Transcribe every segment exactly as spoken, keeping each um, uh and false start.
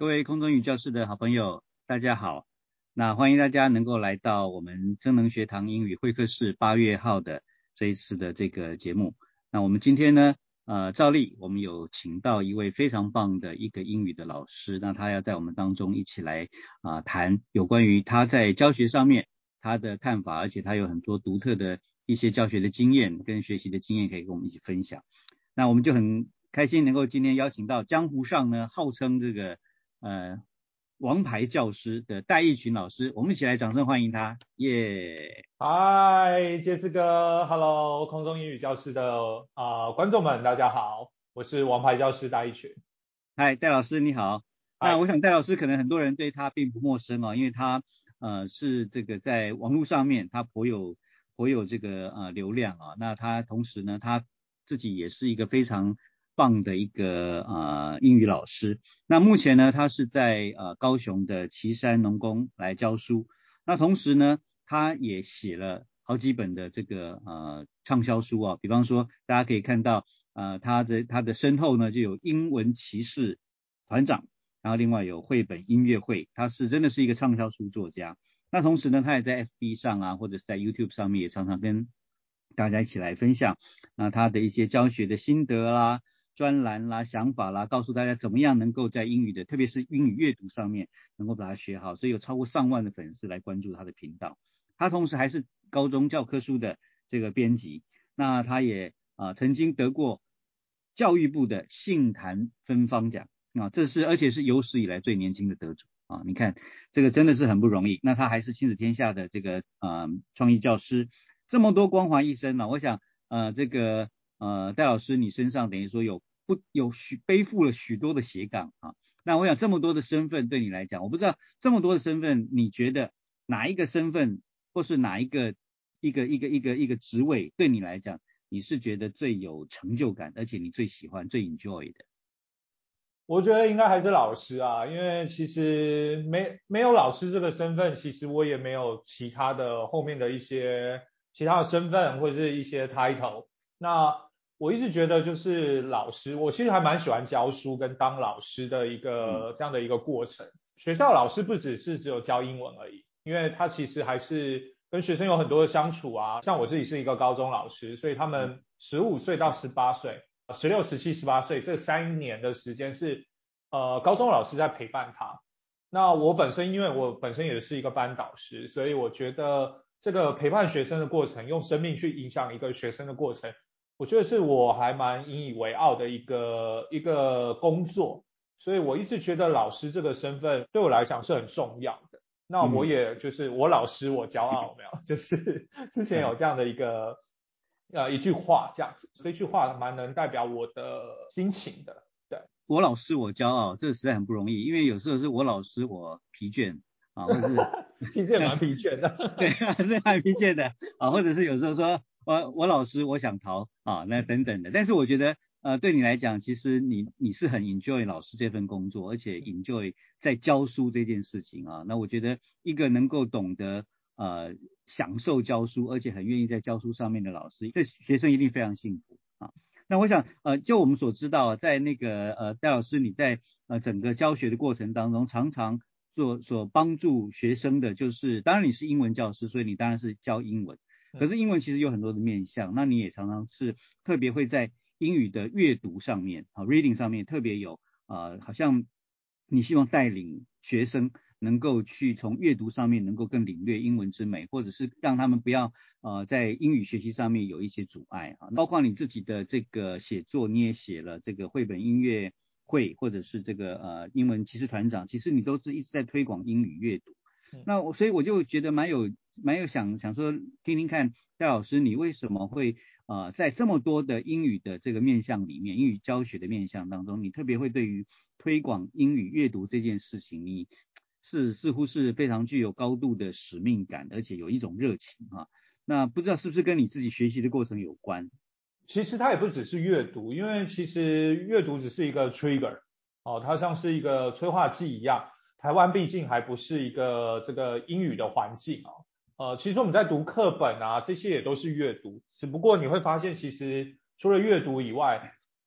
各位空中语教室的好朋友，大家好。那欢迎大家能够来到我们真能学堂英语会客室八月号的这一次的这个节目。那我们今天呢，呃，照例我们有请到一位非常棒的一个英语的老师，那他要在我们当中一起来啊、呃、谈有关于他在教学上面他的看法，而且他有很多独特的一些教学的经验跟学习的经验可以跟我们一起分享。那我们就很开心能够今天邀请到江湖上呢号称这个呃王牌教师的戴义群老师，我们一起来掌声欢迎他，耶、 嗨，杰斯哥，Hello，空中英语教室的啊、呃观众们，大家好，我是王牌教师大一群。 嗨，戴老师你好。那我嗨， 想戴老师可能很多人对他并不陌生哦，因为他呃是这个在网络上面他颇有颇有这个呃流量啊。那他同时呢，他自己也是一个非常棒的一个呃英语老师。那目前呢，他是在呃高雄的旗山农工来教书。那同时呢，他也写了好几本的这个呃畅销书啊，比方说大家可以看到。呃，他的他的身后呢就有英文骑士团长，然后另外有绘本音乐会，他是真的是一个畅销书作家。那同时呢，他也在 F B 上啊，或者是在 YouTube 上面也常常跟大家一起来分享那他的一些教学的心得啦、专栏啦、想法啦，告诉大家怎么样能够在英语的，特别是英语阅读上面能够把它学好。所以有超过上万的粉丝来关注他的频道。他同时还是高中教科书的这个编辑，那他也啊，曾经得过教育部的杏坛分方奖啊，这是而且是有史以来最年轻的得主啊！你看这个真的是很不容易。那他还是亲子天下的这个呃创意教师，这么多光环一生呢、啊，我想呃这个呃戴老师你身上等于说有不有许背负了许多的斜杠啊。那我想这么多的身份对你来讲，我不知道这么多的身份，你觉得哪一个身份或是哪一个一个一个一个一个职位对你来讲？你是觉得最有成就感，而且你最喜欢、最 enjoy 的？ 我觉得应该还是老师啊，因为其实没没有老师这个身份，其实我也没有其他的后面的一些其他的身份或者是一些 title。那我一直觉得就是老师，我其实还蛮喜欢教书跟当老师的一嗯个这样的一个过程。学校老师不只是只有教英文而已，因为他其实还是跟学生有很多的相处啊。像我自己是一个高中老师，所以他嗯们十五岁到十八岁。十六、十七、十八岁这三年的时间是呃高中老师在陪伴他。那我本身因为我本身也是一个班导师，所以我觉得这个陪伴学生的过程，用生命去影响一个学生的过程，我觉得是我还蛮引以为傲的一个一个工作。所以我一直觉得老师这个身份对我来讲是很重要的。那我嗯， 也就是我老师我骄傲，没有，就是之前对， 有这样的一个呃一句话这样子，这句话蛮能代表我的心情的。对， 我老师我骄傲，这个实在很不容易，因为有时候是我老师我疲倦啊，或者是其实也蛮疲倦对， 的。 是很明显的啊，或者是有时候说我我老师我想逃啊，那等等的。但是我觉得呃，对你来讲，其实你你是很 enjoy 老师这份工作，而且 enjoy 在教书这件事情啊。那我觉得一个能够懂得呃享受教书，而且很愿意在教书上面的老师，这学生一定非常幸福啊。那我想呃，就我们所知道，在那个呃戴老师你在呃整个教学的过程当中，常常做所帮助学生的就是，当然你是英文教师，所以你当然是教英文。可是英文其实有很多的面向，那你也常常是特别会在英语的阅读上面啊，reading 上面特别有呃，好像你希望带领学生能够去从阅读上面能够更领略英文之美，或者是让他们不要呃在英语学习上面有一些阻碍啊。包括你自己的这个写作，你也写了这个绘本音乐会，或者是这个呃英文骑士团长，其实你都是一直在推广英语阅读。那我所以我就觉得蛮有蛮有想想说听听看戴老师你为什么会呃在这么多的英语的这个面向里面，英语教学的面向当中，你特别会对于推广英语阅读这件事情，你是似乎是非常具有高度的使命感，而且有一种热情哈、啊。那不知道是不是跟你自己学习的过程有关？ 其实它也不只是阅读，因为其实阅读只是一个 trigger，哦，它像是一个催化剂一样。台湾毕竟还不是一个这个英语的环境哦，呃，其实我们在读课本啊，这些也都是阅读，只不过你会发现，其实除了阅读以外，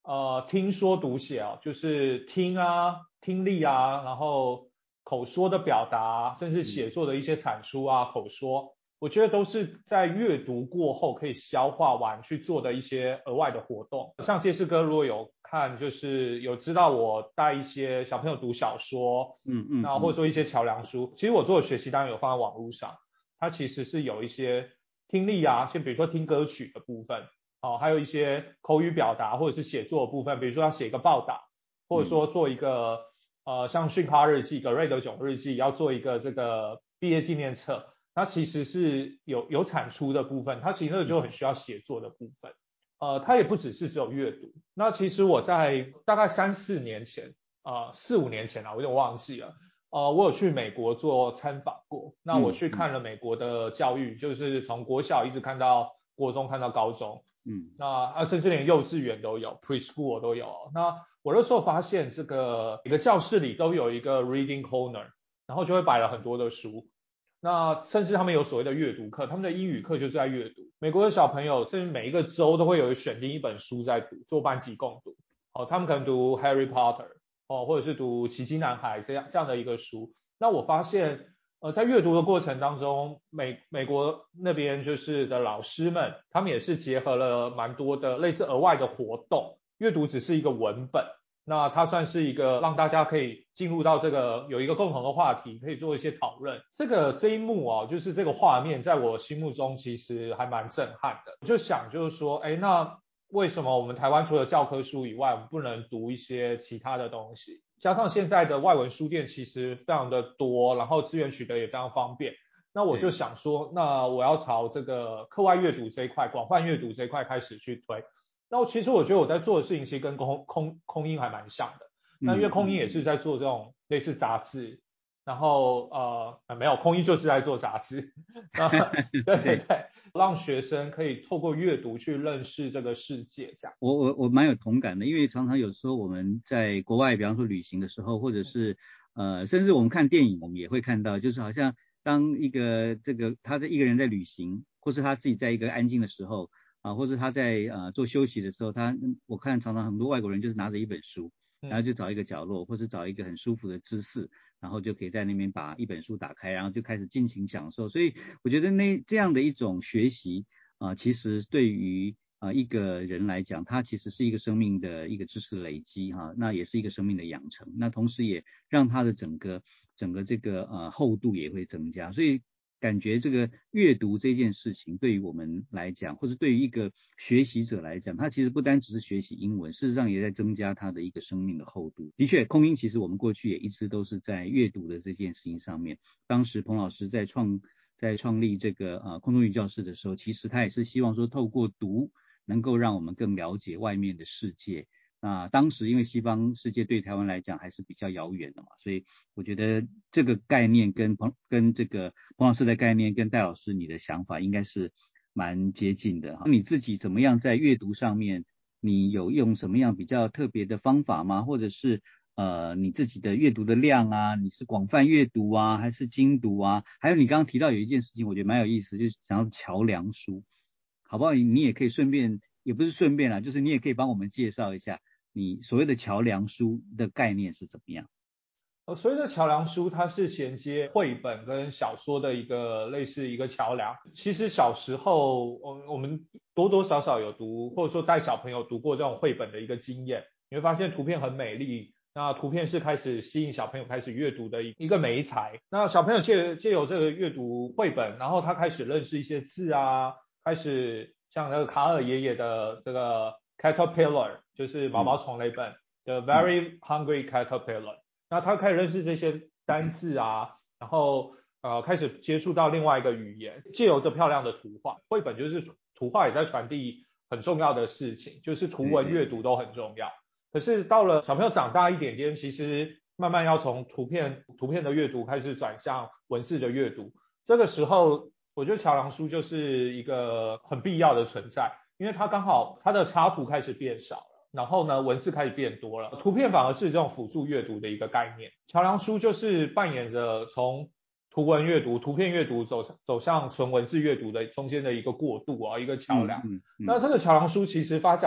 呃听说读写哦，就是听啊、听力啊，然后口说的表达，甚至写作的一些产出啊、口说，我觉得都是在阅读过后可以消化完去做的一些额外的活动。像介士哥如果有看，就是有知道我带一些小朋友读小说， 嗯嗯那或者说一些桥梁书，其实我做的学习当然有放在网络上，它其实是有一些听力啊，就比如说听歌曲的部分，哦，还有一些口语表达或者是写作的部分，比如说要写一个报道，或者说做一个呃像训花日记、格瑞德囧日记，要做一个这个毕业纪念册，它其实是有有产出的部分，它其实那个就很需要写作的部分。呃，它也不只是只有阅读。那其实我在大概三四年前，呃，四五年前啊，我有点忘记了。呃，我有去美国做参访过。那我去看了美国的教育，就是从国小一直看到国中，看到高中。 嗯， 那啊，甚至连幼稚园都有 ，preschool 都有。那我那时候发现，这个每个教室里都有一个 reading corner，然后就会摆了很多的书。那甚至他们有所谓的阅读课，他们的英语课就是在阅读。美国的小朋友甚至每一个州都会有选定一本书在读，做班级共读。哦，他们可能读 Harry Potter，哦，或者是读奇迹男孩这样这样的一个书。那我发现，呃，在阅读的过程当中，美美国那边就是的老师们，他们也是结合了蛮多的类似额外的活动。阅读只是一个文本，那它算是一个让大家可以进入到这个有一个共同的话题，可以做一些讨论。这个这一幕啊，就是这个画面，在我心目中其实还蛮震撼的。我就想就是说，哎，那为什么我们台湾除了教科书以外，我们不能读一些其他的东西？加上现在的外文书店其实非常的多，然后资源取得也非常方便。那我就想说，那我要朝这个课外阅读这一块、广泛阅读这一块开始去推。那我其实我觉得我在做的事情其实跟空空空音还蛮像的。那因为空音也是在做这种类似杂志，然后呃没有空音就是在做杂志，对对对，让学生可以透过阅读去认识这个世界，这样。 我我我蛮有同感的，因为常常有时候我们在国外，比方说旅行的时候，或者是呃，甚至我们看电影，我们也会看到，就是好像当一个这个他在一个人在旅行，或是他自己在一个安静的时候啊，或是他在呃做休息的时候，他我看常常很多外国人就是拿着一本书，然后就找一个角落，或是找一个很舒服的姿势，然后就可以在那边把一本书打开，然后就开始尽情享受。所以我觉得那这样的一种学习啊、呃，其实对于啊、呃，一个人来讲，它其实是一个生命的一个知识累积哈，那也是一个生命的养成，那同时也让他的整个整个这个呃厚度也会增加，所以感觉这个阅读这件事情对于我们来讲，或者对于一个学习者来讲，他其实不单只是学习英文，事实上也在增加他的一个生命的厚度。的确，空音其实我们过去也一直都是在阅读的这件事情上面，当时彭老师在创在创立这个呃空中语教室的时候，其实他也是希望说透过读能够让我们更了解外面的世界。那当时因为西方世界对台湾来讲还是比较遥远的嘛，所以我觉得这个概念跟彭跟这个彭老师的概念跟戴老师你的想法应该是蛮接近的。你自己怎么样在阅读上面，你有用什么样比较特别的方法吗？或者是呃你自己的阅读的量啊，你是广泛阅读啊，还是精读啊？还有你刚刚提到有一件事情，我觉得蛮有意思，就是讲到桥梁书。好不好？你也可以顺便，也不是顺便啦，就是你也可以帮我们介绍一下你所谓的桥梁书的概念是怎么样。 呃，所谓的桥梁书，它是衔接绘本跟小说的一个类似一个桥梁。其实小时候，我我们多多少少有读，或者说带小朋友读过这种绘本的一个经验，你会发现图片很美丽，那图片是开始吸引小朋友开始阅读的一一个媒材。那小朋友借借由这个阅读绘本，然后他开始认识一些字啊，开始像那个卡尔爷爷的这个 Caterpillar，就是毛毛虫那本、The Very Hungry Caterpillar。那他开始认识这些单字啊，然后呃开始接触到另外一个语言，借由这漂亮的图画，绘本就是图画也在传递很重要的事情，就是图文阅读都很重要。可是到了小朋友长大一点点，其实慢慢要从图片图片的阅读开始转向文字的阅读，这个时候我觉得桥梁书就是一个很必要的存在，因为它刚好它的插图开始变少。然后呢，文字开始变多了，图片反而是这种辅助阅读的一个概念。桥梁书就是扮演着从图文阅读、图片阅读走走向纯文字阅读的中间的一个过渡啊，一个桥梁。 嗯嗯嗯。 那这个桥梁书其实发展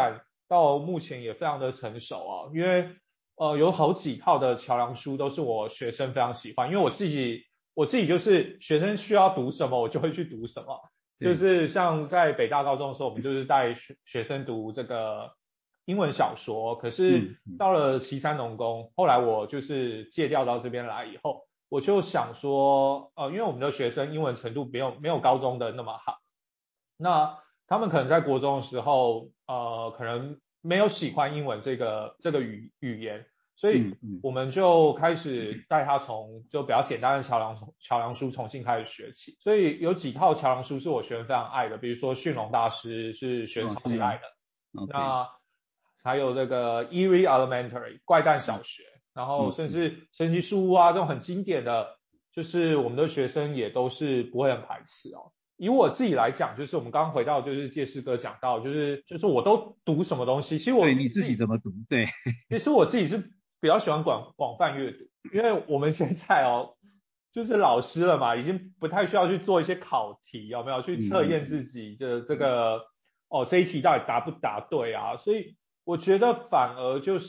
到目前也非常的成熟啊，因为呃有好几套的桥梁书都是我学生非常喜欢，因为我自己我自己就是学生需要读什么我就会去读什么，就是像在北大高中的时候，我们就是带学学生读这个英文小说，可是到了旗山农工，后来我就是借调到这边来以后，我就想说，呃，因为我们的学生英文程度没有没有高中的那么好，那他们可能在国中的时候，呃，可能没有喜欢英文这个这个语语言，所以我们就开始带他从就比较简单的桥梁桥梁书重新开始学起。所以有几套桥梁书是我学生非常爱的，比如说驯龙大师是学生超级爱的， 哦、 那还有那个 Eerie Elementary 怪诞小学，然后甚至神奇树屋啊这种很经典的，就是我们的学生也都是不会很排斥哦。以我自己来讲，就是我们刚刚回到就是介师哥讲到，就是就是我都读什么东西，其实我对你自己怎么读？对， 其实我自己是比较喜欢广广泛阅读，因为我们现在哦，就是老师了嘛，已经不太需要去做一些考题，有没有去测验自己的这个哦这一题到底答不答对啊？所以我觉得反而就是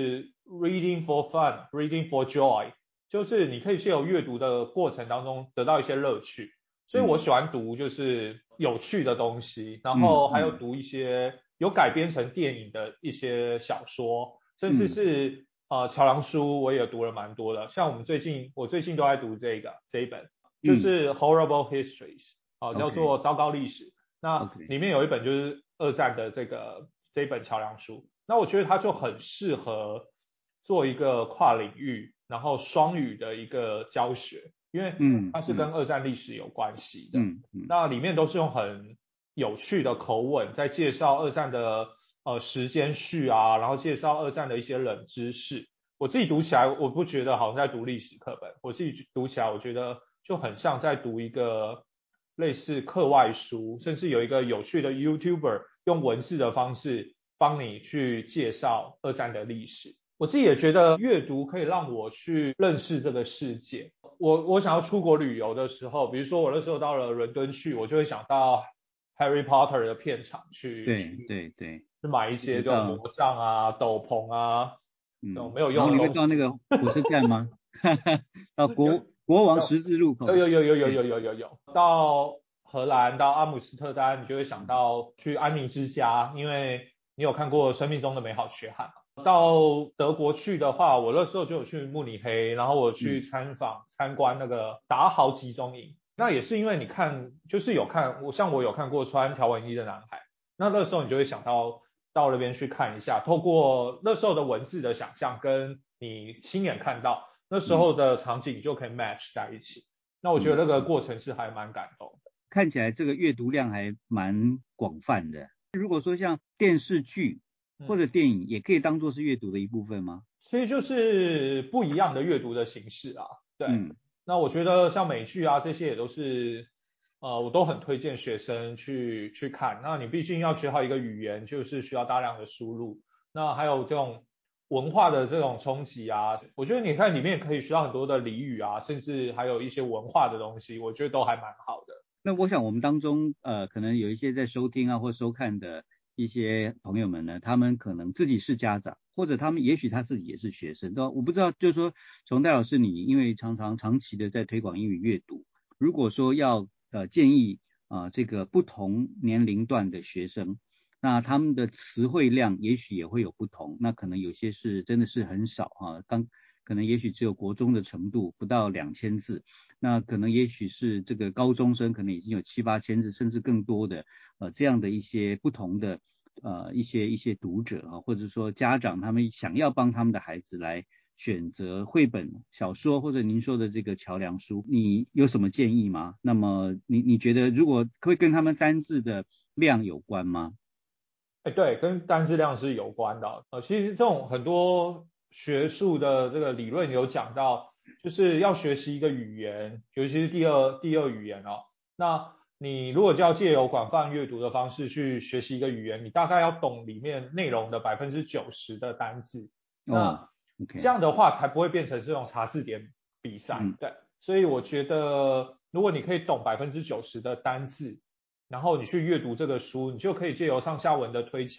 reading for fun, reading for joy， 就是你可以借由阅读的过程当中得到一些乐趣。所以我喜欢读就是有趣的东西，然后还有读一些有改编成电影的一些小说，甚至是呃桥梁书，我也读了蛮多的。像我们最近，我最近都在读这个这一本，就是 Horrible Histories，啊、呃，叫做糟糕历史。那里面有一本就是二战的这个这一本桥梁书，那我觉得它就很适合做一个跨领域，然后双语的一个教学。因为它是跟二战历史有关系的， 嗯嗯， 那里面都是用很有趣的口吻在介绍二战的呃时间序啊，然后介绍二战的一些冷知识。我自己读起来，我不觉得好像在读历史课本，我自己读起来，我觉得就很像在读一个类似课外书，甚至有一个有趣的 YouTuber 用文字的方式帮你去介绍二战的历史。我自己也觉得阅读可以让我去认识这个世界。我我想要出国旅游的时候，比如说我那时候到了伦敦去，我就会想到 Harry Potter 的片场去， 对对对， 去买一些就魔杖啊、斗篷啊，这种没有然后你会用的东西。 到那个火车站吗？到国国王十字路口。 有有有有有有有有，到荷兰到阿姆斯特丹，你就会想到去安妮之家，因为你有看过《生命中的美好缺憾》嘛。到德国去的话，我那时候就有去慕尼黑，然后我去参访参观那个达豪集中营。那也是因为你看，就是有看，我像我有看过穿条纹衣的男孩，那那时候你就会想到到那边去看一下，透过那时候的文字的想象，跟你亲眼看到那时候的场景就可以 match 在一起。那我觉得那个过程是还蛮感动的。 看起来这个阅读量还蛮广泛的。如果说像电视剧或者电影，也可以当做是阅读的一部分吗？ 所以就是不一样的阅读的形式啊。对， 嗯， 那我觉得像美剧啊这些也都是，呃，我都很推荐学生去去看。那你毕竟要学好一个语言，就是需要大量的输入。那还有这种文化的这种冲击啊，我觉得你看里面可以学到很多的俚语啊，甚至还有一些文化的东西，我觉得都还蛮好的。 那我想我们当中呃，可能有一些在收听啊或收看的一些朋友们呢，他们可能自己是家长，或者他们也许他自己也是学生，都我不知道，就是说从戴老师你因为常常长期的在推广英语阅读，如果说要呃建议啊、呃、这个不同年龄段的学生，那他们的词汇量也许也会有不同，那可能有些是真的是很少啊，刚可能也许只有国中的程度，不到两千字。那可能也许是这个高中生可能已经有七八千字甚至更多的呃这样的一些不同的呃一些一些读者啊，或者说家长他们想要帮他们的孩子来选择绘本小说或者您说的这个桥梁书，你有什么建议吗？那么你你觉得如果会跟他们单字的量有关吗？ 哎，对，跟单字量是有关的。呃，其实这种很多学术的这个理论有讲到，就是要学习一个语言，尤其是第二第二语言哦。那你如果就要借由广泛阅读的方式去学习一个语言，你大概要懂里面内容的百分之九十的单字。 哦那 ，OK， 这样的话才不会变成这种查字典比赛。 嗯对，所以我觉得如果你可以懂百分之九十的单字，然后你去阅读这个书，你就可以借由上下文的推敲，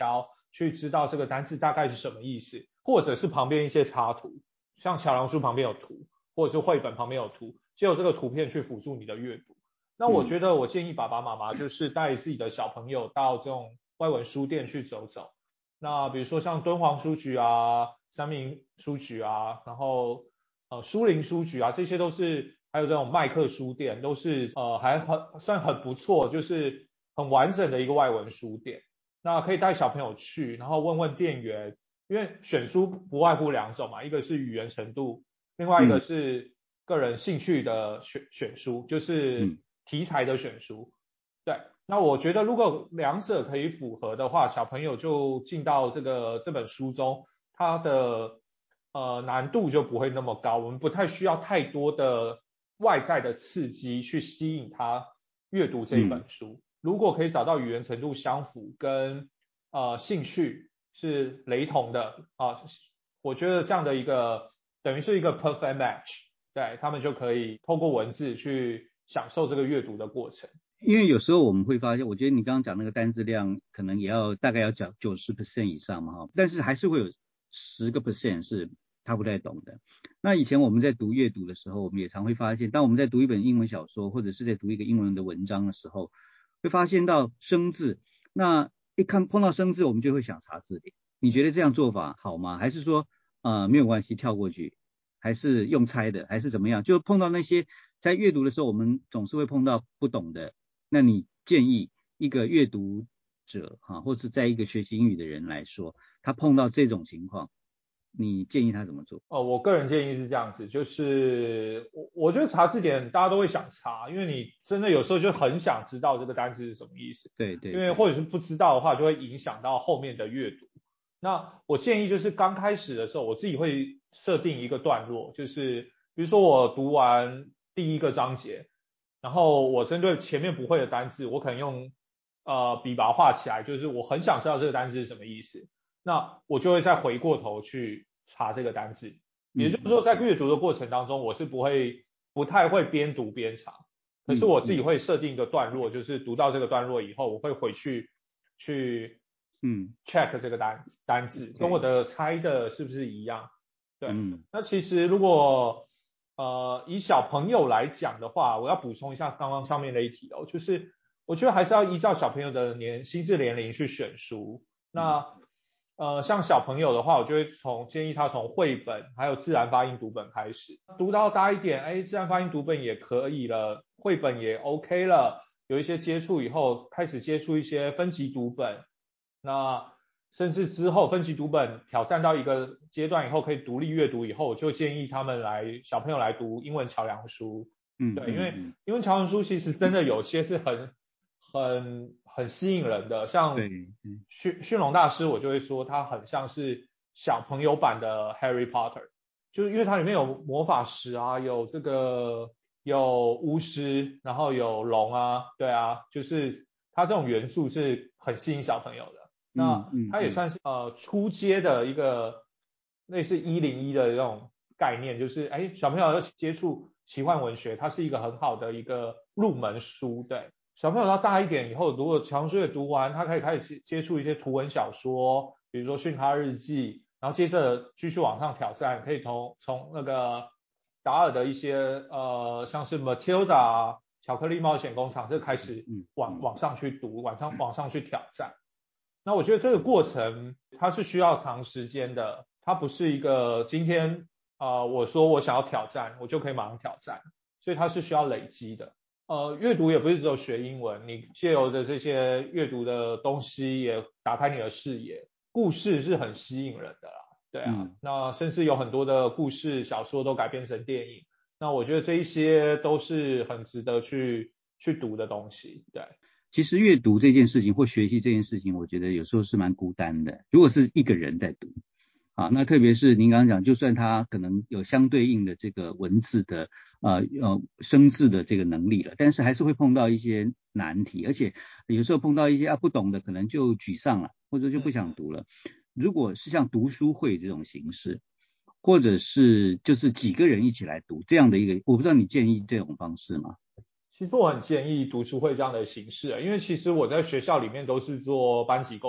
去知道这个单字大概是什么意思，或者是旁边一些插图，像桥梁书旁边有图，或者是绘本旁边有图，借由这个图片去辅助你的阅读。那我觉得我建议爸爸妈妈就是带自己的小朋友到这种外文书店去走走，那比如说像敦煌书局啊、三民书局啊，然后呃书林书局啊，这些都是，还有这种麦克书店，都是呃还很算很不错，就是很完整的一个外文书店。那可以带小朋友去，然后问问店员，因为选书不外乎两种嘛，一个是语言程度，另外一个是个人兴趣的选选书，就是题材的选书。对，那我觉得如果两者可以符合的话，小朋友就进到这个这本书中，它的呃难度就不会那么高，我们不太需要太多的外在的刺激去吸引他阅读这一本书。嗯、如果可以找到语言程度相符跟呃兴趣是雷同的啊、呃，我觉得这样的一个等于是一个 perfect match， 对，他们就可以透过文字去享受这个阅读的过程。 因为有时候我们会发现，我觉得你刚刚讲那个单字量可能也要大概要讲 百分之九十 以上嘛哈，但是还是会有百分之十 是他不太懂的。那以前我们在读阅读的时候，我们也常会发现，当我们在读一本英文小说或者是在读一个英文的文章的时候，会发现到生字，那一看碰到生字，我们就会想查字典。你觉得这样做法好吗？还是说呃没有关系跳过去？还是用猜的？还是怎么样？就碰到那些在阅读的时候，我们总是会碰到不懂的。那你建议一个阅读者哈，或者在一个学习英语的人来说，他碰到这种情况，你建议他怎么做？ 哦，我个人建议是这样子，就是我我觉得查字典大家都会想查，因为你真的有时候就很想知道这个单词是什么意思， 对对， 因为或者是不知道的话，就会影响到后面的阅读。那我建议就是刚开始的时候，我自己会设定一个段落，就是比如说我读完第一个章节，然后我针对前面不会的单字，我可能用呃笔把它画起来，就是我很想知道这个单字是什么意思，那我就会再回过头去查这个单字。也就是说，在阅读的过程当中，我是不会不太会边读边查，可是我自己会设定一个段落，就是读到这个段落以后，我会回去去嗯 check 这个单单字，跟我的猜的是不是一样。对，那其实如果呃以小朋友来讲的话，我要补充一下刚刚上面的一题哦，就是我觉得还是要依照小朋友的年心智年龄去选书。那呃，像小朋友的话，我就会从建议他从绘本还有自然发音读本开始，读到大一点，哎，自然发音读本也可以了，绘本也 OK 了，有一些接触以后，开始接触一些分级读本，那甚至之后分级读本挑战到一个阶段以后，可以独立阅读以后，我就建议他们来小朋友来读英文桥梁书，嗯，对，因为英文桥梁书其实真的有些是很很很吸引人的，像驯驯龙大师，我就会说他很像是小朋友版的 Harry Potter， 就是因为它里面有魔法石啊，有这个有巫师，然后有龙啊，对啊，就是它这种元素是很吸引小朋友的。那它也算是呃初阶的一个类似一零一的这种概念，就是哎小朋友要接触奇幻文学，它是一个很好的一个入门书，对。小朋友到大一点以后，如果强书也读完，他可以开始接触一些图文小说，比如说《训他日记》，然后接着继续往上挑战，可以从从那个达尔的一些呃，像是 Matilda 巧克力冒险工厂，这开始往往上去读，往上往上去挑战。那我觉得这个过程它是需要长时间的，它不是一个今天啊、呃、我说我想要挑战，我就可以马上挑战，所以它是需要累积的。呃，阅读也不是只有学英文，你借由的这些阅读的东西也打开你的视野，故事是很吸引人的啦，对啊，嗯、那甚至有很多的故事小说都改编成电影，那我觉得这一些都是很值得去去读的东西，对。 其实阅读这件事情或学习这件事情，我觉得有时候是蛮孤单的。如果是一个人在读，啊，那特别是您刚刚讲，就算他可能有相对应的这个文字的呃呃生字的这个能力了，但是还是会碰到一些难题，而且有时候碰到一些啊不懂的，可能就沮丧了，或者就不想读了。如果是像读书会这种形式，或者是就是几个人一起来读这样的一个，我不知道你建议这种方式吗？ 其实我很建议读书会这样的形式，因为其实我在学校里面都是做班级共读。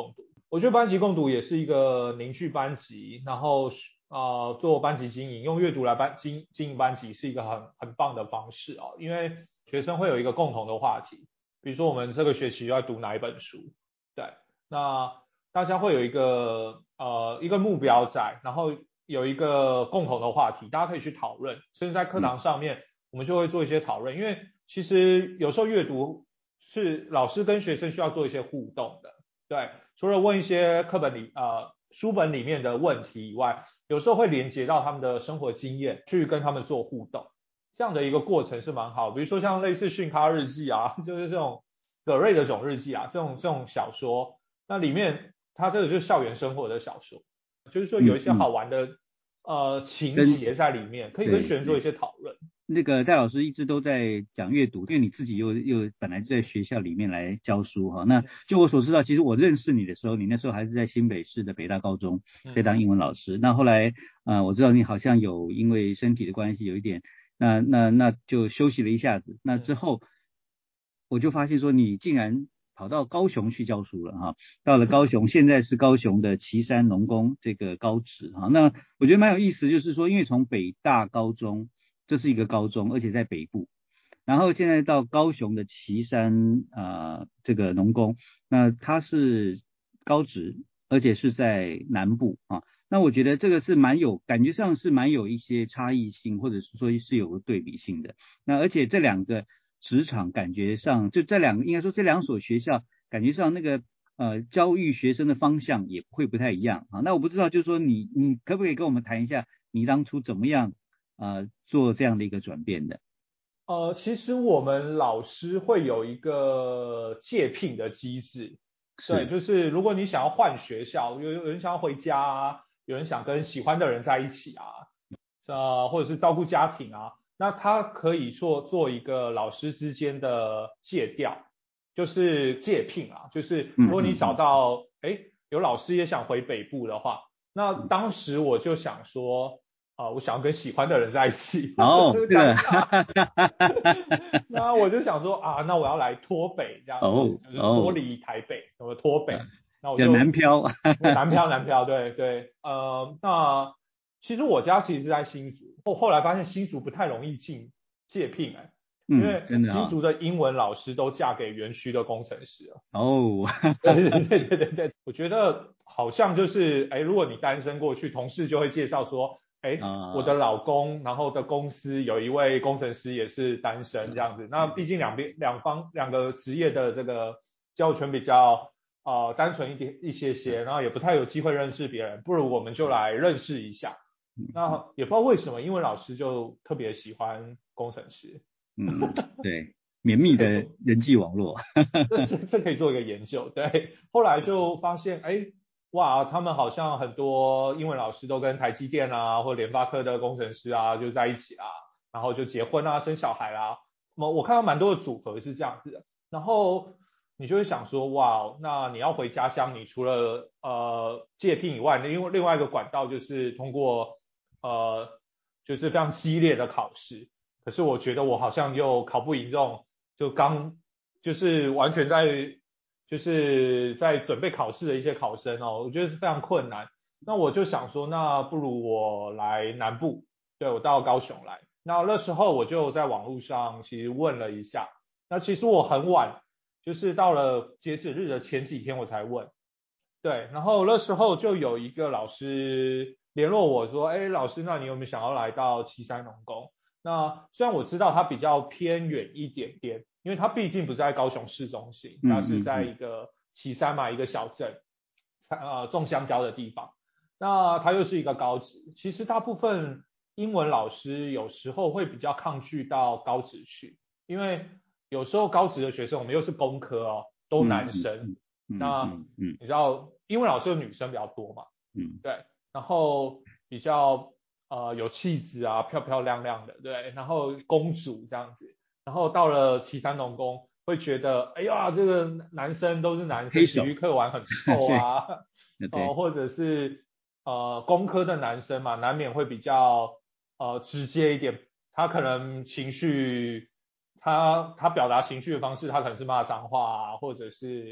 我觉得班级共读也是一个凝聚班级，然后呃做班级经营，用阅读来班经经营班级是一个很很棒的方式哦，因为学生会有一个共同的话题，比如说我们这个学期要读哪一本书，对，那大家会有一个呃一个目标在，然后有一个共同的话题，大家可以去讨论，甚至在课堂上面我们就会做一些讨论，因为其实有时候阅读是老师跟学生需要做一些互动的。对，除了问一些课本里呃书本里面的问题以外，有时候会连接到他们的生活经验，去跟他们做互动，这样的一个过程是蛮好。比如说像类似训咖日记啊，就是这种葛瑞的种日记啊，这种这种小说，那里面它这个就是校园生活的小说，就是说有一些好玩的呃情节在里面，可以跟学生做一些讨论。 那个戴老师一直都在讲阅读，因为你自己又又本来就在学校里面来教书哈。那就我所知道，其实我认识你的时候，你那时候还是在新北市的北大高中在当英文老师。那后来呃，我知道你好像有因为身体的关系有一点，那那那就休息了一下子。那之后我就发现说，你竟然跑到高雄去教书了哈。到了高雄，现在是高雄的旗山农工这个高职哈。那我觉得蛮有意思，就是说，因为从北大高中。这是一个高中，而且在北部。然后现在到高雄的旗山啊、呃，这个农工，那它是高职，而且是在南部啊。那我觉得这个是蛮有，感觉上是蛮有一些差异性，或者是说是有个对比性的。那而且这两个职场感觉上，就这两个应该说这两所学校感觉上那个呃教育学生的方向也会不太一样啊。那我不知道，就是说你你可不可以跟我们谈一下，你当初怎么样？呃，做这样的一个转变的？ 呃，其实我们老师会有一个借聘的机制，对， 是， 就是如果你想要换学校，有有人想要回家啊，有人想跟喜欢的人在一起啊，呃，或者是照顾家庭啊，那他可以做做一个老师之间的借调，就是借聘啊，就是如果你找到，哎，有老师也想回北部的话，那当时我就想说。啊、呃，我想要跟喜欢的人在一起， 哦， 这个这个， 尴尬。那我就想说啊，那我要来脱北这样子， 哦就是脱哦， 离台北，我脱北。那我叫南就漂， 南漂南漂，对对，呃，那其实我家其实是在新竹，后后来发现新竹不太容易进借聘哎、欸，因嗯， 为真的啊、 新竹的英文老师都嫁给园区的工程师了。 哦， 对对对对对对，我觉得好像就是哎，如果你单身过去，同事就会介绍说。哎，我的啊、 老公，然后的公司有一位工程师也是单身这样子。那毕竟两边两方两个职业的这个交友圈比较呃单纯一点一些些，然后也不太有机会认识别人，不如我们就来认识一下。那也不知道为什么，英文老师就特别喜欢工程师。 嗯，对，绵密的可以做， 人际网络， 这这这可以做一个研究。对，后来就发现，哎，哇，他们好像很多英文老师都跟台积电啊，或联发科的工程师啊就在一起啊，然后就结婚啊，生小孩啦、啊。我我看到蛮多的组合是这样子的，然后你就会想说，哇，那你要回家乡，你除了呃借聘以外，另外另外一个管道就是通过呃就是非常激烈的考试。可是我觉得我好像又考不赢这种，就刚就是完全在就是在准备考试的一些考生哦，我觉得是非常困难。那我就想说，那不如我来南部，对，我到高雄来。那那时候我就在网络上其实问了一下，那其实我很晚，就是到了截止日的前几天我才问，对，然后那时候就有一个老师联络我说，哎，老师，那你有没有想要来到旗山农工？那虽然我知道它比较偏远一点点，因为它毕竟不在高雄市中心，它嗯是嗯嗯， 在一个旗山嘛，一个小镇，呃，种香蕉的地方。那它又是一个高职，其实大部分英文老师有时候会比较抗拒到高职去，因为有时候高职的学生，我们又是工科哦，都嗯男生。 嗯嗯那嗯嗯你知道，英文老师的女生比较多嘛， 嗯， 对，然后比较呃有气质啊，漂漂亮亮的，对，然后公主这样子，然后到了岐山农工，会觉得，哎呀，这个男生都是男生，体育黑手， 课玩很臭对啊，哦、 对， 或者是呃工科的男生嘛，难免会比较呃直接一点，他可能情绪。他他表达情绪的方式，他可能是骂脏话啊，或者是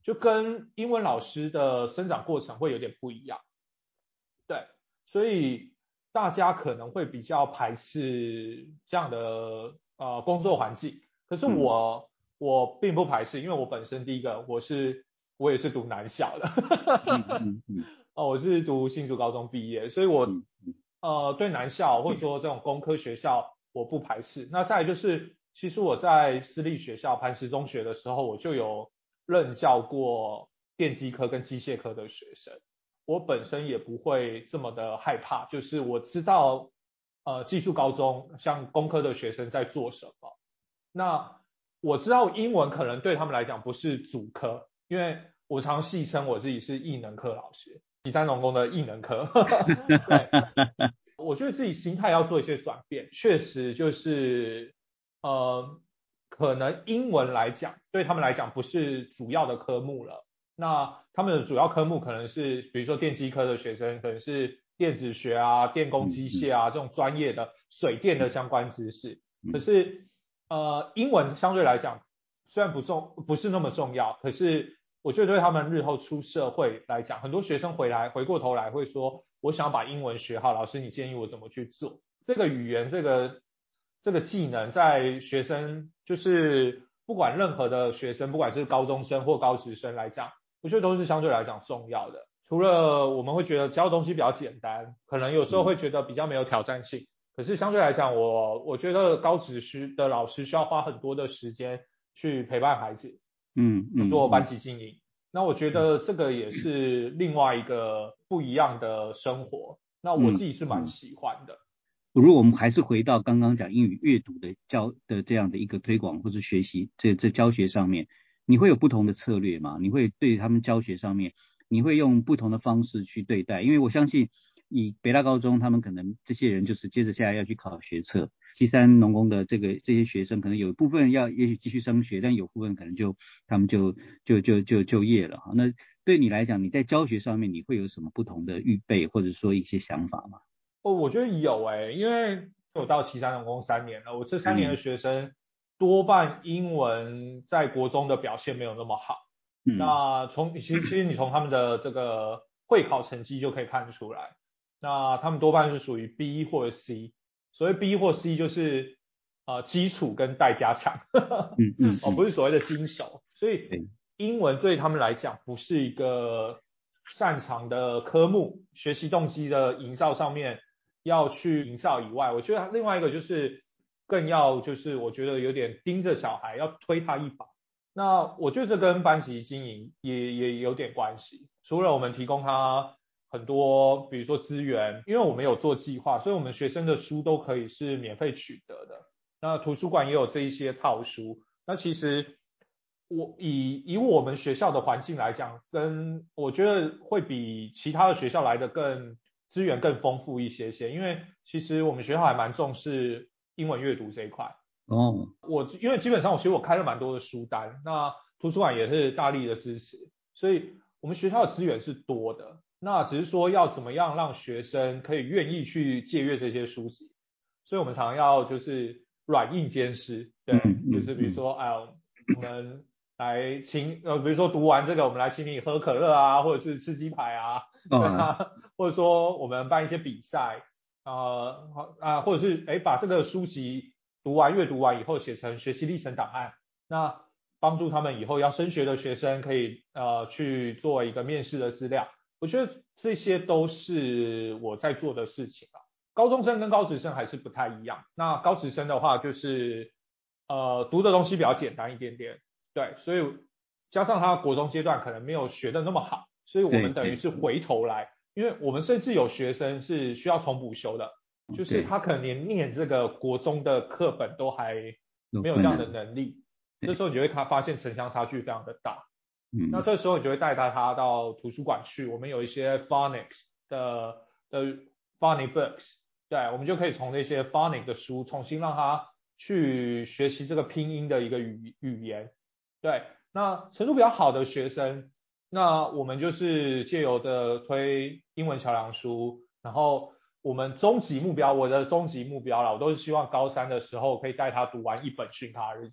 就跟英文老师的生长过程会有点不一样。对，所以大家可能会比较排斥这样的呃工作环境，可是我、嗯、我并不排斥，因为我本身第一个我是我也是读男校的，嗯嗯嗯哦，我是读新竹高中毕业，所以我、嗯嗯、呃对男校或者说这种工科学校我不排斥。那再来就是，其实我在私立学校磐石中学的时候，我就有任教过电机科跟机械科的学生。我本身也不会这么的害怕，就是我知道呃技术高中像工科的学生在做什么，那我知道英文可能对他们来讲不是主科，因为我常戏称我自己是艺能科老师，岐山农工的艺能科对，我觉得自己心态要做一些转变，确实就是呃可能英文来讲对他们来讲不是主要的科目了，那他们的主要科目可能是比如说电机科的学生可能是电子学啊、电工机械啊这种专业的水电的相关知识，可是呃英文相对来讲虽然不重不是那么重要，可是我觉得对他们日后出社会来讲，很多学生回来回过头来会说我想要把英文学好，老师你建议我怎么去做？这个语言这个这个技能在学生就是不管任何的学生，不管是高中生或高职生来讲，我觉得都是相对来讲重要的。除了我们会觉得教的东西比较简单，可能有时候会觉得比较没有挑战性，可是相对来讲，我我觉得高职师的老师需要花很多的时间去陪伴孩子， 嗯嗯， 做班级经营。那我觉得这个也是另外一个不一样的生活。那我自己是蛮喜欢的。 如果我们还是回到刚刚讲英语阅读的教的这样的一个推广或是学习这这教学上面，你会有不同的策略吗？你会对他们教学上面，你会用不同的方式去对待？因为我相信以北大高中他们可能这些人就是接着下来要去考学测，岐山农工的这个这些学生可能有一部分要也许继续升学，但有部分可能就他们就就就就就业了哈。那对你来讲，你在教学上面你会有什么不同的预备或者说一些想法吗？ 哦，我觉得有诶、欸，因为我到岐山农工三年了，我这三年的学生多半英文在国中的表现没有那么好。嗯、那从其实其实你从他们的这个会考成绩就可以看出来，那他们多半是属于 B 或者 C， 所谓 B 或 C 就是呃基础跟待加强，嗯嗯哦不是所谓的精熟，所以英文对他们来讲不是一个擅长的科目，学习动机的营造上面。要去营造以外，我觉得另外一个就是更要就是我觉得有点盯着小孩，要推他一把。那我觉得这跟班级经营也也有点关系。除了我们提供他很多，比如说资源，因为我们有做计划，所以我们学生的书都可以是免费取得的。那图书馆也有这一些套书。那其实我以以我们学校的环境来讲，跟我觉得会比其他的学校来的更。资源更丰富一些些，因为其实我们学校还蛮重视英文阅读这一块。哦，我因为基本上我其实我开了蛮多的书单，那图书馆也是大力的支持，所以我们学校的资源是多的。那只是说要怎么样让学生可以愿意去借阅这些书籍，所以我们常常要就是软硬兼施，对，嗯、就是比如说哎、呃，我们。来请呃，比如说读完这个，我们来请你喝可乐啊，或者是吃鸡排啊，对啊，或者说我们办一些比赛，呃啊，或者是哎把这个书籍读完阅读完以后写成学习历程档案，那帮助他们以后要升学的学生可以呃去做一个面试的资料。我觉得这些都是我在做的事情啊。高中生跟高职生还是不太一样。那高职生的话就是呃读的东西比较简单一点点。对，所以加上他国中阶段可能没有学的那么好，所以我们等于是回头来，因为我们甚至有学生是需要重补修的，就是他可能连念这个国中的课本都还没有这样的能力，这时候你就会看发现城乡差距非常的大。嗯，那这时候你就会带他他到图书馆去，我们有一些 phonics 的的 phonics books， 对，我们就可以从那些 phonics 的书重新让他去学习这个拼音的一个语语言。对，那程度比较好的学生，那我们就是借由的推英文桥梁书，然后我们终极目标，我的终极目标啦，我都是希望高三的时候可以带他读完一本训他日记。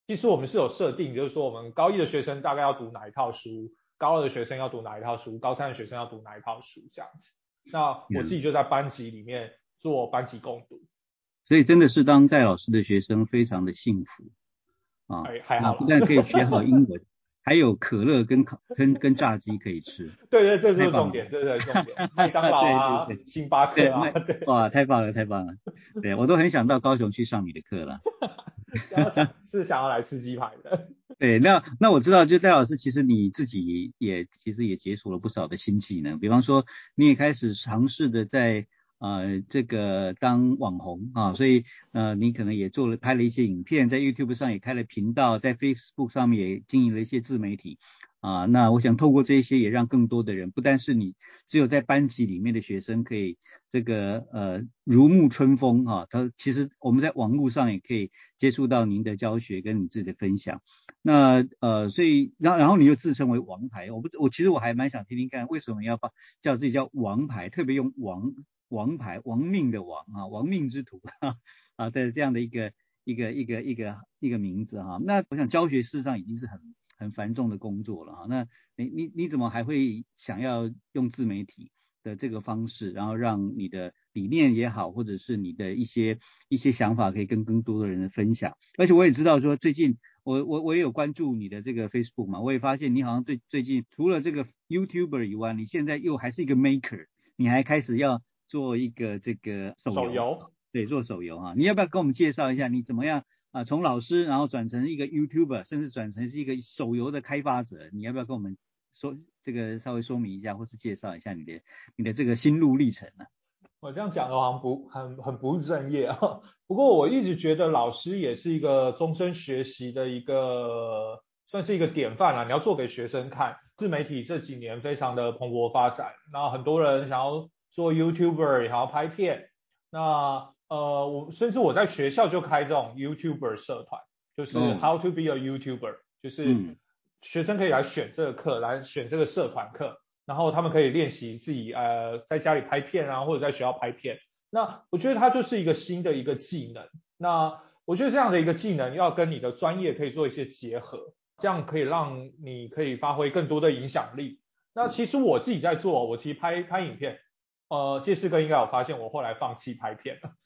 其实我们是有设定，就是说我们高一的学生大概要读哪一套书，高二的学生要读哪一套书，高三的学生要读哪一套书这样子。那我自己就在班级里面做班级共读。 所以真的是当戴老师的学生非常的幸福啊， 哎，还那好啦。 不但可以学好英文，还有可乐跟烤跟跟炸鸡可以吃， 对对，这就太棒了。 是重点，这才是重点。麦当劳啊， 对对对星巴克对， 啊， 麦对。 哇，太棒了太棒了，对我都很想到高雄去上你的课了。 想要想是想要来吃鸡排的。 对，那那我知道，就戴老师，其实你自己也其实也解锁了不少的新技能，比方说你也开始尝试的在呃这个当网红啊，所以呃你可能也做了拍了一些影片，在 YouTube 上也开了频道，在 Facebook 上面也经营了一些自媒体啊。那我想透过这些，也让更多的人，不但是你只有在班级里面的学生可以这个呃如沐春风哈、啊，他其实我们在网络上也可以接触到您的教学跟你自己的分享。那呃，所以然后然后你又自称为王牌，我不我其实我还蛮想听听看，为什么要把叫自己叫王牌，特别用王王牌亡命的王啊，亡命之徒啊啊的这样的一个一个一个一个一个名字哈。那我想教学事实上已经是很很繁重的工作了哈。那你你你怎么还会想要用自媒体的这个方式，然后让你的理念也好，或者是你的一些一些想法可以跟更多的人分享？而且我也知道说最近。我我我也有关注你的这个 Facebook 嘛，我也发现你好像最最近除了这个 YouTuber 以外，你现在又还是一个 Maker，你还开始要做一个这个手游， 手游。 对，做手游哈，你要不要跟我们介绍一下你怎么样啊、呃？从老师然后转成一个 YouTuber， 甚至转成是一个手游的开发者，你要不要跟我们说这个稍微说明一下，或是介绍一下你的你的这个心路历程呢、啊？ 我这样讲的好像不很很不务正业啊。不过我一直觉得老师也是一个终身学习的一个，算是一个典范啦。你要做给学生看。自媒体这几年非常的蓬勃发展，那很多人想要做 YouTuber， 也想要拍片。那呃，我甚至我在学校就开这种 YouTuber 社团，就是哦， How to be a YouTuber， 就是嗯学生可以来选这个课，来选这个社团课。然后他们可以练习自己呃在家里拍片啊，或者在学校拍片。那我觉得它就是一个新的一个技能。那我觉得这样的一个技能要跟你的专业可以做一些结合，这样可以让你可以发挥更多的影响力。那其实我自己在做，我其实拍拍影片，呃，介师哥应该有发现我后来放弃拍片了。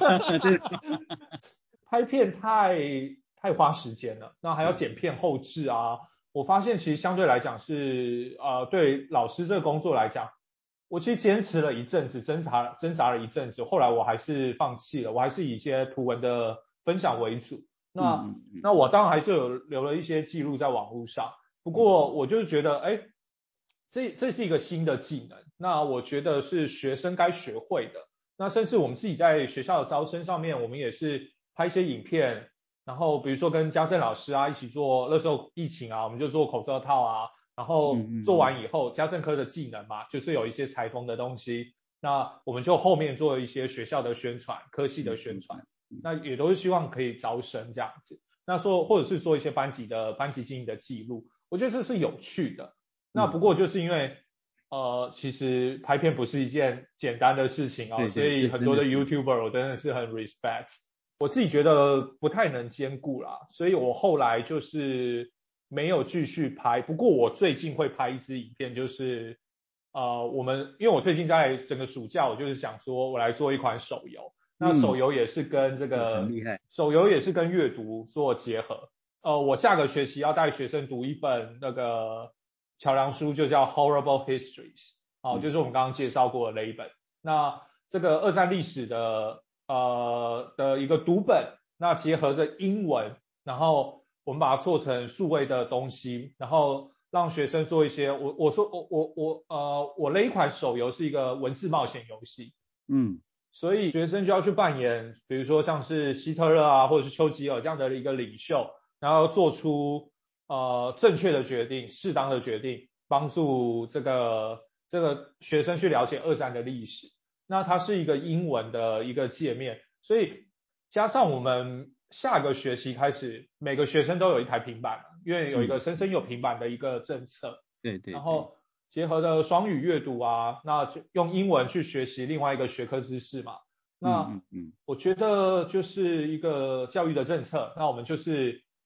拍片太太花时间了，那还要剪片后置啊。我发现其实相对来讲是呃对老师这个工作来讲，我其实坚持了一阵子，挣扎挣扎了一阵子，后来我还是放弃了，我还是以一些图文的分享为主。那嗯嗯那我当然还是有留了一些记录在网络上，不过我就是觉得，哎，这这是一个新的技能，那我觉得是学生该学会的。那甚至我们自己在学校的招生上面，我们也是拍一些影片，然后比如说跟家政老师啊一起做，那时候疫情啊，我们就做口罩套啊，然后做嗯嗯嗯完以后，家政科的技能嘛，就是有一些裁缝的东西，那我们就后面做一些学校的宣传，科系的宣传，那也都是希望可以招生这样子。那说或者是做一些班级的班级经营的记录，我觉得这是有趣的。那不过就是因为呃，其实拍片不是一件简单的事情哦， 对对， 所以这很多的真的是。 YouTuber 我真的是很 respect，我自己觉得不太能兼顾啦，所以我后来就是没有继续拍。不过我最近会拍一支影片，就是呃，我们因为我最近在整个暑假，我就是想说我来做一款手游，那手嗯， 游也是跟这个很厉害。 手游也是跟阅读做结合。呃，我下个学期要带学生读一本那个桥梁书，就叫 Horrible Histories， 哦， 嗯就是我们刚刚介绍过的那一本。那这个二战历史的呃的一个读本，那结合着英文，然后我们把它做成数位的东西，然后让学生做一些，我我说我我我呃我那一款手游是一个文字冒险游戏， 嗯所以学生就要去扮演，比如说像是希特勒啊，或者是丘吉尔这样的一个领袖，然后做出呃正确的决定、适当的决定，帮助这个这个学生去了解二战的历史。那它是一个英文的一个界面，所以加上我们下个学期开始，每个学生都有一台平板，因为有一个嗯， 生生有平板的一个政策。 对对对， 然后结合的双语阅读啊，那就用英文去学习另外一个学科知识嘛。 嗯那嗯嗯我觉得就是一个教育的政策，那我们就是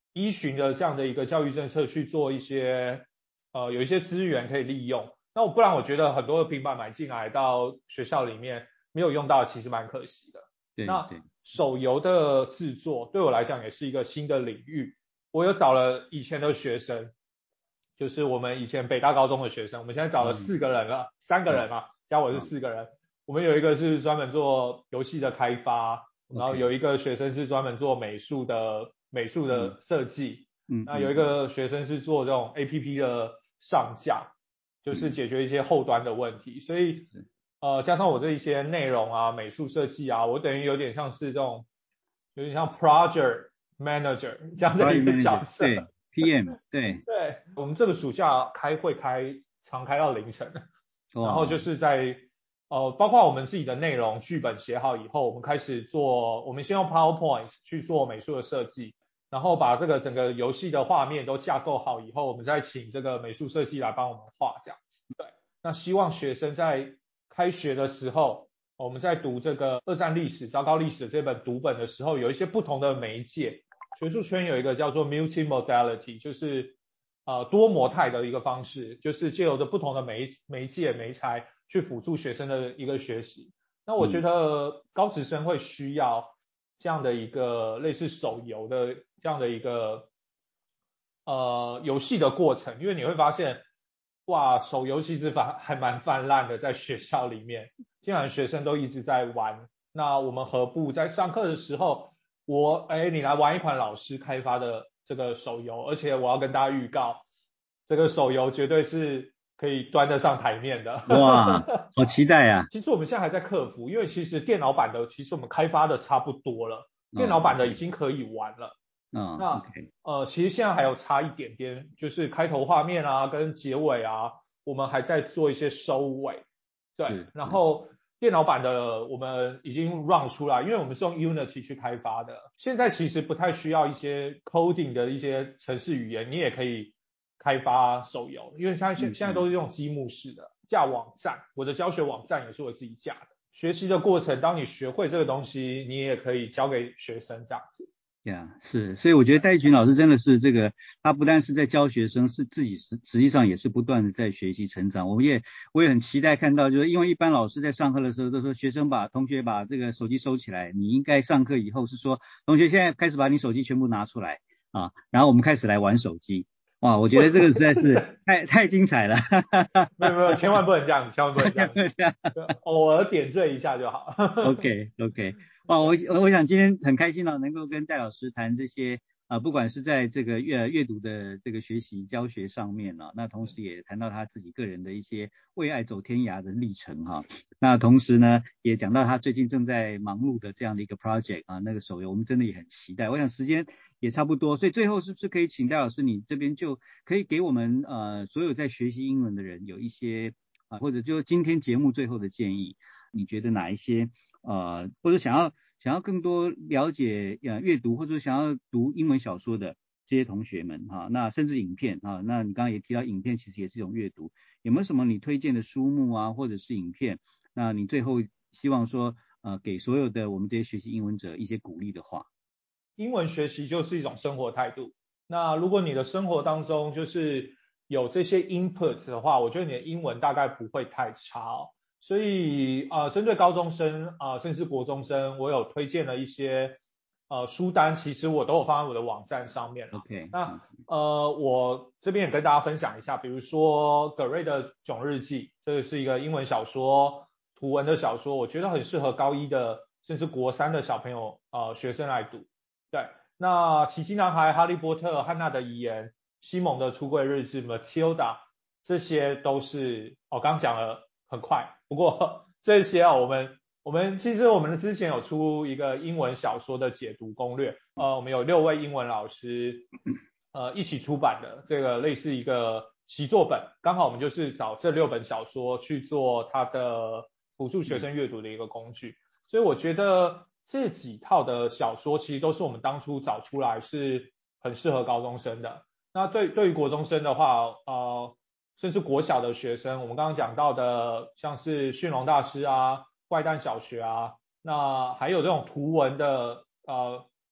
依循的这样的一个教育政策去做一些呃有一些资源可以利用。那我不然我觉得很多的平板买进来到学校里面没有用到，其实蛮可惜的。 对那对， 手游的制作对我来讲也是一个新的领域，我有找了以前的学生，就是我们以前北大高中的学生，我们现在找了四个人了，三个人嘛，加我是四个人。我们有一个是专门做游戏的开发，然后有一个学生是专门做美术的美术的设计， 嗯， 那有一个学生是做这种 A P P 的上架，就是解决一些后端的问题。所以呃，加上我这一些内容啊、美术设计啊，我等于有点像是这种，有点像 project manager 这样的一个角色。 对 ，P M， 对。 对，我们这个暑假开会开常开到凌晨，然后就是在呃，包括我们自己的内容剧本写好以后，我们开始做，我们先用 PowerPoint 去做美术的设计，然后把这个整个游戏的画面都架构好以后，我们再请这个美术设计来帮我们画这样子。对，那希望学生在开学的时候，我们在读这个二战历史、糟糕历史这本读本的时候，有一些不同的媒介。学术圈有一个叫做 multimodality， 就是呃多模态的一个方式，就是借由着不同的媒媒介媒材去辅助学生的一个学习。那我觉得高职生会需要这样的一个类似手游的这样的一个呃游戏的过程，因为你会发现，哇，手游其实反还蛮泛滥的，在学校里面，竟然学生都一直在玩。那我们何不在上课的时候，我哎，你来玩一款老师开发的这个手游，而且我要跟大家预告，这个手游绝对是可以端得上台面的。 哇，好期待啊！ 其实我们现在还在克服，因为其实电脑版的其实我们开发的差不多了，电脑版的已经可以玩了。 哦， 那 OK， 呃，其实现在还有差一点点，就是开头画面啊跟结尾啊，我们还在做一些收尾。对，然后电脑版的我们已经 run 出来，因为我们是用 Unity 去开发的，现在其实不太需要一些 coding 的一些程式语言，你也可以开发手游，因为它现现在都是用积木式的架网站，我的教学网站也是我自己架的。学习的过程，当你学会这个东西，你也可以教给学生这样子。 呀、yeah, 是，所以我觉得戴义群老师真的是这个，他不但是在教学生，是自己实实际上也是不断的在学习成长。我们也我也很期待看到，就是因为一般老师在上课的时候都说学生把同学把这个手机收起来，你应该上课以后是说同学现在开始把你手机全部拿出来啊，然后我们开始来玩手机。哇，我觉得这个实在是太太精彩了。 没有没有，千万不能这样子，千万不能这样子，偶尔点缀一下就好。 OK OK， 哇，我我想今天很开心哦，能够跟戴老师谈这些啊、呃，不管是在这个阅阅读的这个学习教学上面呢、啊，那同时也谈到他自己个人的一些为爱走天涯的历程哈、啊。那同时呢，也讲到他最近正在忙碌的这样的一个 project 啊，那个手游，我们真的也很期待。我想时间也差不多，所以最后是不是可以请戴老师你这边就可以给我们呃所有在学习英文的人有一些啊、呃，或者就今天节目最后的建议，你觉得哪一些？呃，或者想要想要更多了解呃阅读，或者想要读英文小说的这些同学们哈、啊，那甚至影片啊，那你刚刚也提到影片其实也是一种阅读，有没有什么你推荐的书目啊，或者是影片？那你最后希望说呃给所有的我们这些学习英文者一些鼓励的话？ 英文学习就是一种生活态度。那如果你的生活当中就是有这些 input 的话，我觉得你的英文大概不会太差哦。所以呃，针对高中生啊、呃，甚至国中生，我有推荐了一些呃书单，其实我都有放在我的网站上面了。 OK， 那呃，我这边也跟大家分享一下，比如说葛瑞的《囧日记》，这个是一个英文小说，图文的小说，我觉得很适合高一的甚至国三的小朋友呃学生来读。对，那奇迹男孩、哈利波特、汉娜的遗言、西蒙的出柜日志、Matilda， 这些都是我刚讲了很快，不过这些啊，我们我们其实我们之前有出一个英文小说的解读攻略，呃，我们有六位英文老师呃一起出版的这个类似一个习作本，刚好我们就是找这六本小说去做它的辅助学生阅读的一个工具，所以我觉得这几套的小说其实都是我们当初找出来是很适合高中生的。那对对于国中生的话，呃，甚至国小的学生，我们刚刚讲到的像是驯龙大师啊、怪诞小学啊，那还有这种图文的呃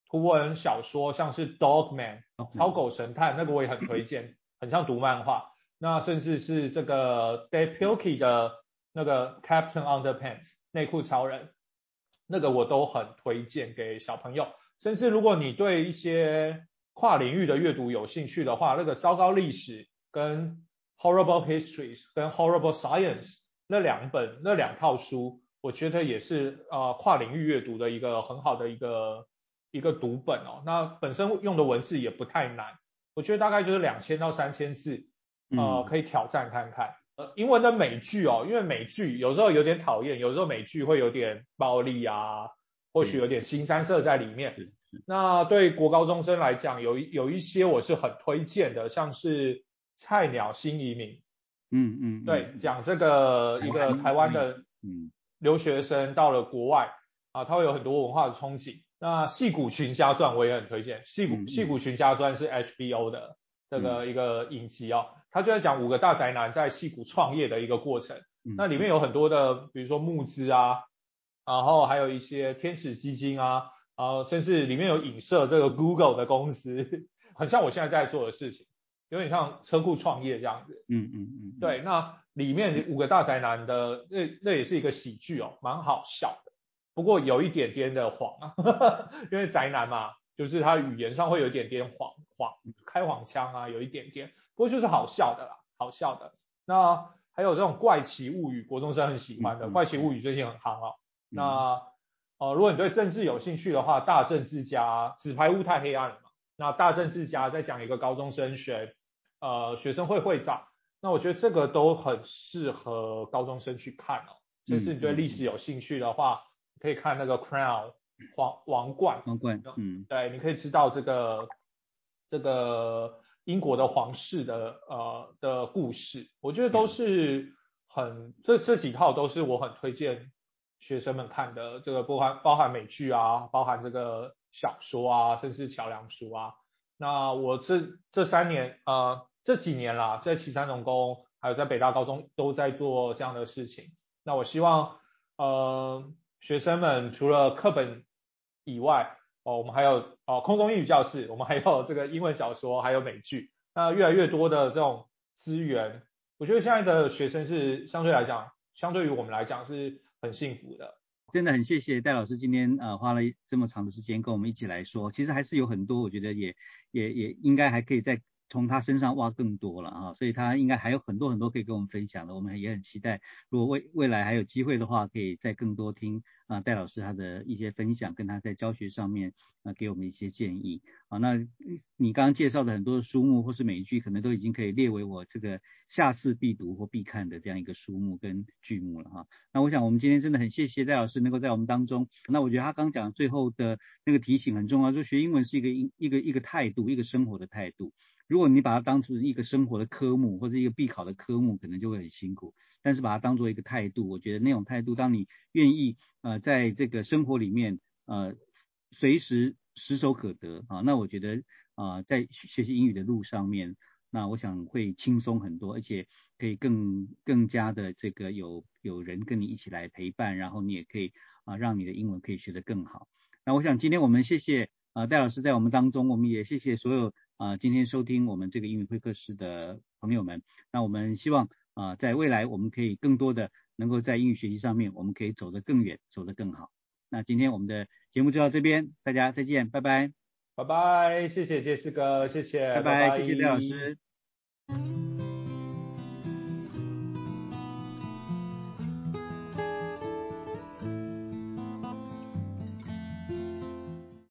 图文小说，像是 Dogman 超狗神探，那个我也很推荐，很像读漫画。那甚至是这个 Dav Pilkey 的那个 Captain Underpants 内裤超人，那个我都很推荐给小朋友。甚至如果你对一些跨领域的阅读有兴趣的话，那个糟糕历史跟 Horrible Histories 跟 Horrible Science 那两本那两套书，我觉得也是呃跨领域阅读的一个很好的一个一个读本哦。那本身用的文字也不太难，我觉得大概就是两千到三千字，呃，可以挑战看看。呃，英文的美剧哦，因为美剧有时候有点讨厌，有时候美剧会有点暴力啊，或许有点腥膻色在里面。那对国高中生来讲，有有一些我是很推荐的，像是菜鸟新移民， 嗯嗯， 对，讲这个一个台湾的留学生到了国外啊，他会有很多文化的冲击。那矽谷群侠传我也很推荐，矽谷矽谷群侠传是 H B O 的这个一个影集哦，他就在讲五个大宅男在矽谷创业的一个过程。那里面有很多的，比如说募资啊，然后还有一些天使基金啊，啊，甚至里面有影射这个 Google 的公司，很像我现在在做的事情，有点像车库创业这样子。 嗯嗯嗯， 对，那里面五个大宅男的那那也是一个喜剧哦，蛮好笑的，不过有一点点的黄啊，呵呵，因为宅男嘛，就是他语言上会有一点点黄黄开黄腔啊，有一点点，不过就是好笑的啦，好笑的。那还有这种怪奇物语，国中生很喜欢的，怪奇物语最近很夯哦。那呃，如果你对政治有兴趣的话，大政治家，纸牌屋太黑暗了嘛，那大政治家在讲一个高中生选呃学生会会长。那我觉得这个都很适合高中生去看哦，甚至你对历史有兴趣的话，可以看那个 Crown 皇王冠， 王冠，嗯， 对，你可以知道这个这个英国的皇室的呃的故事，我觉得都是很这这几套都是我很推荐学生们看的，这个包含包含美剧啊，包含这个小说啊，甚至桥梁书啊。那我这这三年呃。这几年啦，在旗山农工还有在北大高中都在做这样的事情。那我希望呃学生们除了课本以外，哦，我们还有哦空中英语教室，我们还有这个英文小说，还有美剧。那越来越多的这种资源，我觉得现在的学生是相对来讲，相对于我们来讲是很幸福的。 真的很谢谢戴老师今天呃花了这么长的时间跟我们一起来说，其实还是有很多我觉得也也也应该还可以再从他身上挖更多了啊，所以他应该还有很多很多可以跟我们分享的，我们也很期待，如果未未来还有机会的话，可以再更多听啊、呃、戴老师他的一些分享，跟他在教学上面啊、呃、给我们一些建议啊。那你刚刚介绍的很多的书目或是美剧，可能都已经可以列为我这个下次必读或必看的这样一个书目跟剧目了哈。那我想我们今天真的很谢谢戴老师能够在我们当中，那我觉得他刚讲最后的那个提醒很重要，就学英文是一个一个一个态度，一个生活的态度。如果你把它当成一个生活的科目或者一个必考的科目，可能就会很辛苦。但是把它当做一个态度，我觉得那种态度，当你愿意呃在这个生活里面呃随时随手可得啊，那我觉得啊、呃、在学习英语的路上面，那我想会轻松很多，而且可以更更加的这个有有人跟你一起来陪伴，然后你也可以啊、呃、让你的英文可以学得更好。那我想今天我们谢谢啊、呃、戴老师在我们当中，我们也谢谢所有啊、呃、今天收听我们这个英语会客室的朋友们。那我们希望啊、呃、在未来我们可以更多的能够在英语学习上面，我们可以走得更远，走得更好。那今天我们的节目就到这边，大家再见，拜拜。 拜拜，谢谢杰斯哥，谢谢， 拜拜， 拜拜。 谢谢戴老师。